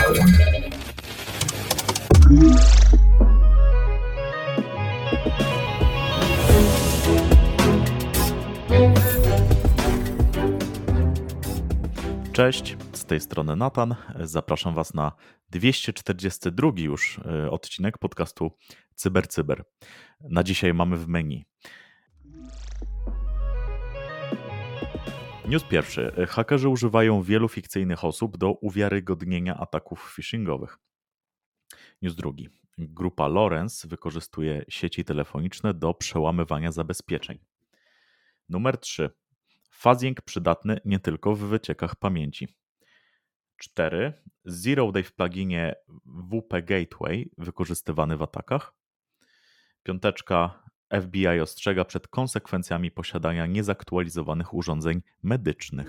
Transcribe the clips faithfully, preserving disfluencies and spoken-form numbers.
Cześć, z tej strony Nathan. Zapraszam Was na dwieście czterdziesty drugi już odcinek podcastu CyberCyber. Na dzisiaj mamy w menu news pierwszy. Hakerzy używają wielu fikcyjnych osób do uwiarygodnienia ataków phishingowych. News drugi. Grupa Lorenz wykorzystuje sieci telefoniczne do przełamywania zabezpieczeń. Numer trzy. Fuzzing przydatny nie tylko w wyciekach pamięci. cztery. Zero Day w pluginie W P Gateway wykorzystywany w atakach. Piąteczka. F B I ostrzega przed konsekwencjami posiadania niezaktualizowanych urządzeń medycznych.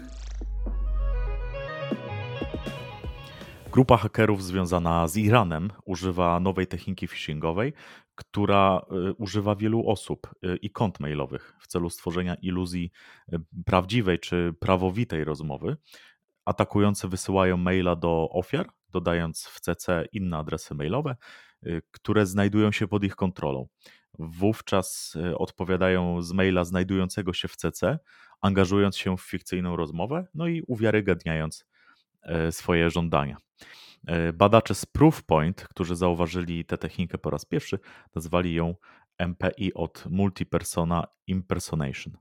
Grupa hakerów związana z Iranem używa nowej techniki phishingowej, która używa wielu osób i kont mailowych w celu stworzenia iluzji prawdziwej czy prawowitej rozmowy. Atakujący wysyłają maila do ofiar, dodając w C C inne adresy mailowe, które znajdują się pod ich kontrolą. Wówczas odpowiadają z maila znajdującego się w C C, angażując się w fikcyjną rozmowę, no i uwiarygadniając swoje żądania. Badacze z Proofpoint, którzy zauważyli tę technikę po raz pierwszy, nazwali ją M P I od Multi-Persona Impersonation.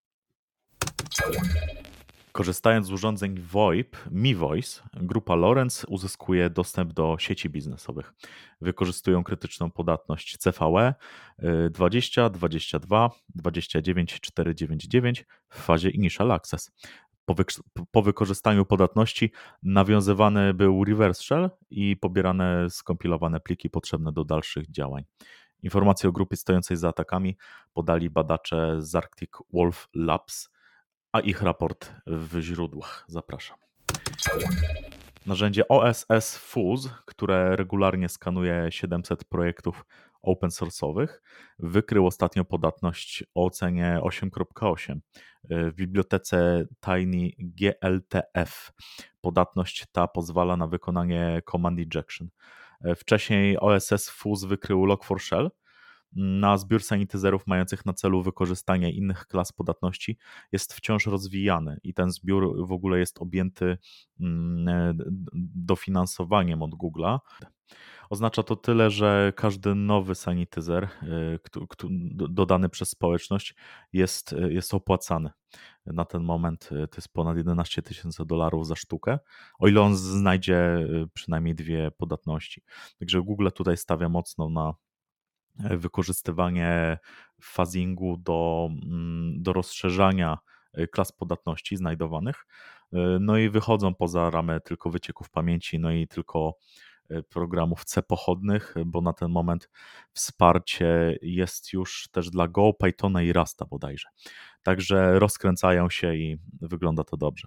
Korzystając z urządzeń VoIP, Mi Voice, grupa Lorenz uzyskuje dostęp do sieci biznesowych. Wykorzystują krytyczną podatność C V E dwadzieścia, dwadzieścia dwa, dwadzieścia dziewięć, czterysta dziewięćdziesiąt dziewięć w fazie Initial Access. Po, wy, po wykorzystaniu podatności nawiązywany był reverse shell i pobierane skompilowane pliki potrzebne do dalszych działań. Informacje o grupie stojącej za atakami podali badacze z Arctic Wolf Labs, a ich raport w źródłach. Zapraszam. Narzędzie O S S Fuzz, które regularnie skanuje siedemset projektów open source'owych, wykrył ostatnio podatność o ocenie osiem kropka osiem w bibliotece TinyGLTF. Podatność ta pozwala na wykonanie command injection. Wcześniej O S S Fuzz wykrył log four shell na zbiór sanityzerów mających na celu wykorzystanie innych klas podatności jest wciąż rozwijany i ten zbiór w ogóle jest objęty dofinansowaniem od Google'a. Oznacza to tyle, że każdy nowy sanityzer dodany przez społeczność jest, jest opłacany. Na ten moment to jest ponad jedenaście tysięcy dolarów za sztukę, o ile on znajdzie przynajmniej dwie podatności. Także Google tutaj stawia mocno na wykorzystywanie fuzzingu do, do rozszerzania klas podatności znajdowanych, no i wychodzą poza ramę tylko wycieków pamięci, no i tylko programów C pochodnych, bo na ten moment wsparcie jest już też dla Go, Pythona i Rasta bodajże. Także rozkręcają się i wygląda to dobrze.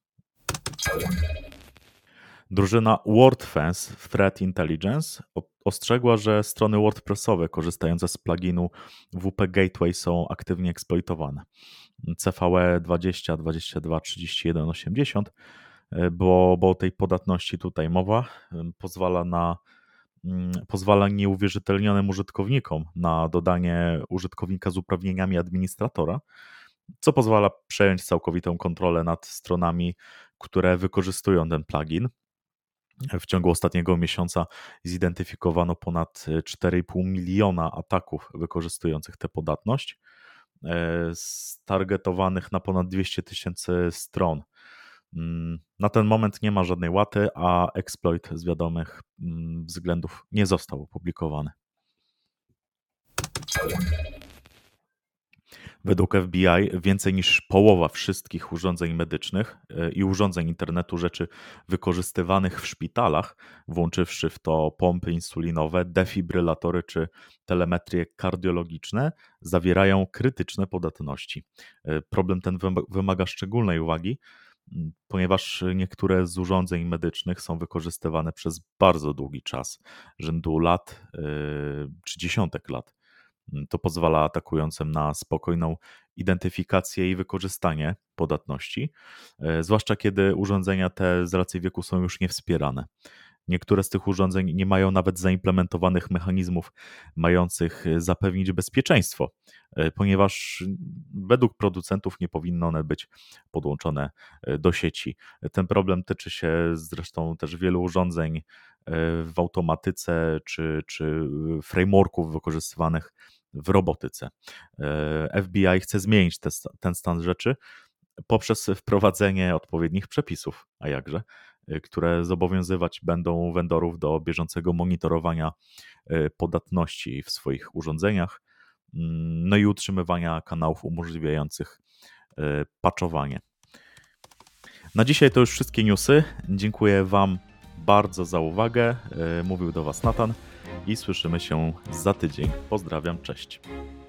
Drużyna WordFence w Threat Intelligence ostrzegła, że strony WordPressowe korzystające z pluginu W P Gateway są aktywnie eksploitowane. C V E dwadzieścia, dwadzieścia dwa, trzydzieści jeden, osiemdziesiąt, bo, bo o tej podatności tutaj mowa, pozwala na pozwala nieuwierzytelnionym użytkownikom na dodanie użytkownika z uprawnieniami administratora, co pozwala przejąć całkowitą kontrolę nad stronami, które wykorzystują ten plugin. W ciągu ostatniego miesiąca zidentyfikowano ponad cztery i pół miliona ataków wykorzystujących tę podatność, stargetowanych na ponad dwieście tysięcy stron. Na ten moment nie ma żadnej łaty, a exploit z wiadomych względów nie został opublikowany. Według F B I więcej niż połowa wszystkich urządzeń medycznych i urządzeń internetu rzeczy wykorzystywanych w szpitalach, włączywszy w to pompy insulinowe, defibrylatory czy telemetrie kardiologiczne, zawierają krytyczne podatności. Problem ten wymaga szczególnej uwagi, ponieważ niektóre z urządzeń medycznych są wykorzystywane przez bardzo długi czas, rzędu lat czy dziesiątek lat. To pozwala atakującym na spokojną identyfikację i wykorzystanie podatności, zwłaszcza kiedy urządzenia te z racji wieku są już niewspierane. Niektóre z tych urządzeń nie mają nawet zaimplementowanych mechanizmów mających zapewnić bezpieczeństwo, ponieważ według producentów nie powinny one być podłączone do sieci. Ten problem tyczy się zresztą też wielu urządzeń w automatyce czy, czy frameworków wykorzystywanych w robotyce. F B I chce zmienić te, ten stan rzeczy poprzez wprowadzenie odpowiednich przepisów, a jakże, które zobowiązywać będą vendorów do bieżącego monitorowania podatności w swoich urządzeniach, no i utrzymywania kanałów umożliwiających patchowanie. Na dzisiaj to już wszystkie newsy. Dziękuję Wam bardzo za uwagę. Mówił do Was Nathan i słyszymy się za tydzień. Pozdrawiam, cześć.